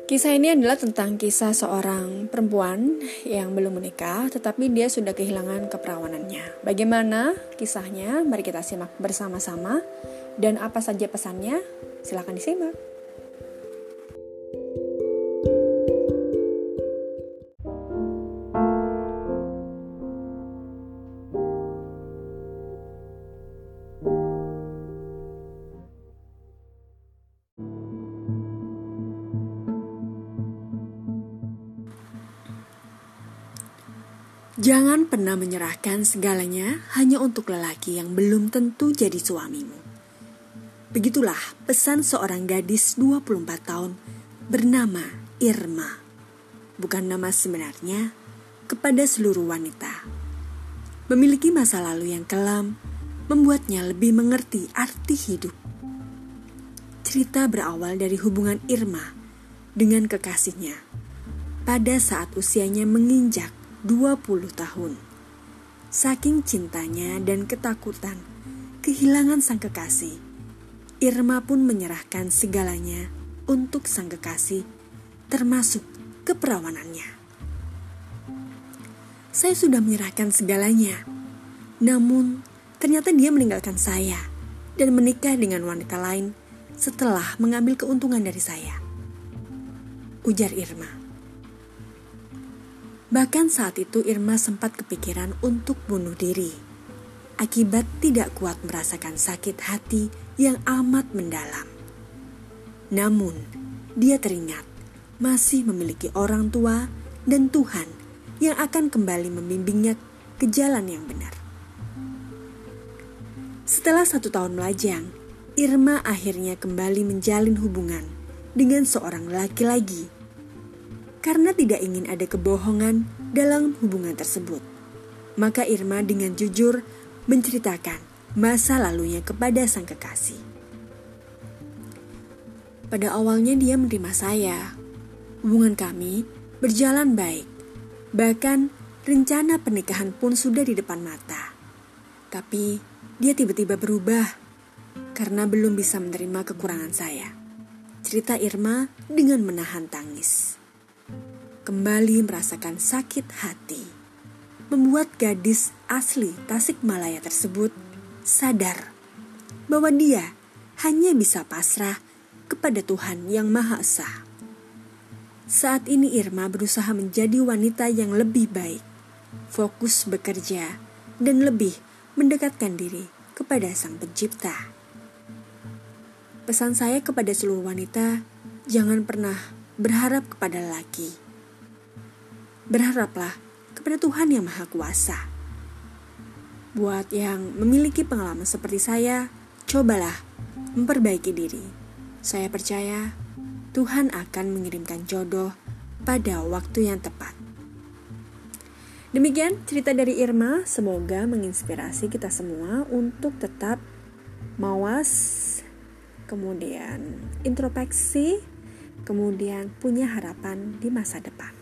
Kisah ini adalah tentang kisah seorang perempuan yang belum menikah tetapi dia sudah kehilangan keperawanannya. Bagaimana kisahnya? Mari kita simak bersama-sama. Dan apa saja pesannya? Silakan disimak. Jangan pernah menyerahkan segalanya hanya untuk lelaki yang belum tentu jadi suamimu. Begitulah pesan seorang gadis 24 tahun bernama Irma, bukan nama sebenarnya, kepada seluruh wanita. Memiliki masa lalu yang kelam membuatnya lebih mengerti arti hidup. Cerita berawal dari hubungan Irma dengan kekasihnya pada saat usianya menginjak 20 tahun. Saking cintanya dan ketakutan kehilangan sang kekasih, Irma pun menyerahkan segalanya untuk sang kekasih, termasuk keperawanannya. Saya sudah menyerahkan segalanya, namun ternyata dia meninggalkan saya dan menikah dengan wanita lain setelah mengambil keuntungan dari saya, ujar Irma. Bahkan saat itu Irma sempat kepikiran untuk bunuh diri, akibat tidak kuat merasakan sakit hati yang amat mendalam. Namun, dia teringat masih memiliki orang tua dan Tuhan yang akan kembali membimbingnya ke jalan yang benar. Setelah 1 tahun melajang, Irma akhirnya kembali menjalin hubungan dengan seorang laki-laki. Karena tidak ingin ada kebohongan dalam hubungan tersebut, maka Irma dengan jujur menceritakan masa lalunya kepada sang kekasih. Pada awalnya dia menerima saya. Hubungan kami berjalan baik. Bahkan rencana pernikahan pun sudah di depan mata. Tapi dia tiba-tiba berubah karena belum bisa menerima kekurangan saya, cerita Irma dengan menahan tangis. Kembali merasakan sakit hati membuat gadis asli Tasikmalaya tersebut sadar bahwa dia hanya bisa pasrah kepada Tuhan yang Maha Esa. Saat ini Irma berusaha menjadi wanita yang lebih baik, fokus bekerja, dan lebih mendekatkan diri kepada Sang Pencipta. Pesan saya kepada seluruh wanita, jangan pernah berharap kepada laki. Berharaplah kepada Tuhan yang Maha Kuasa. Buat yang memiliki pengalaman seperti saya, cobalah memperbaiki diri. Saya percaya Tuhan akan mengirimkan jodoh pada waktu yang tepat. Demikian cerita dari Irma, semoga menginspirasi kita semua untuk tetap mawas, kemudian introspeksi, kemudian punya harapan di masa depan.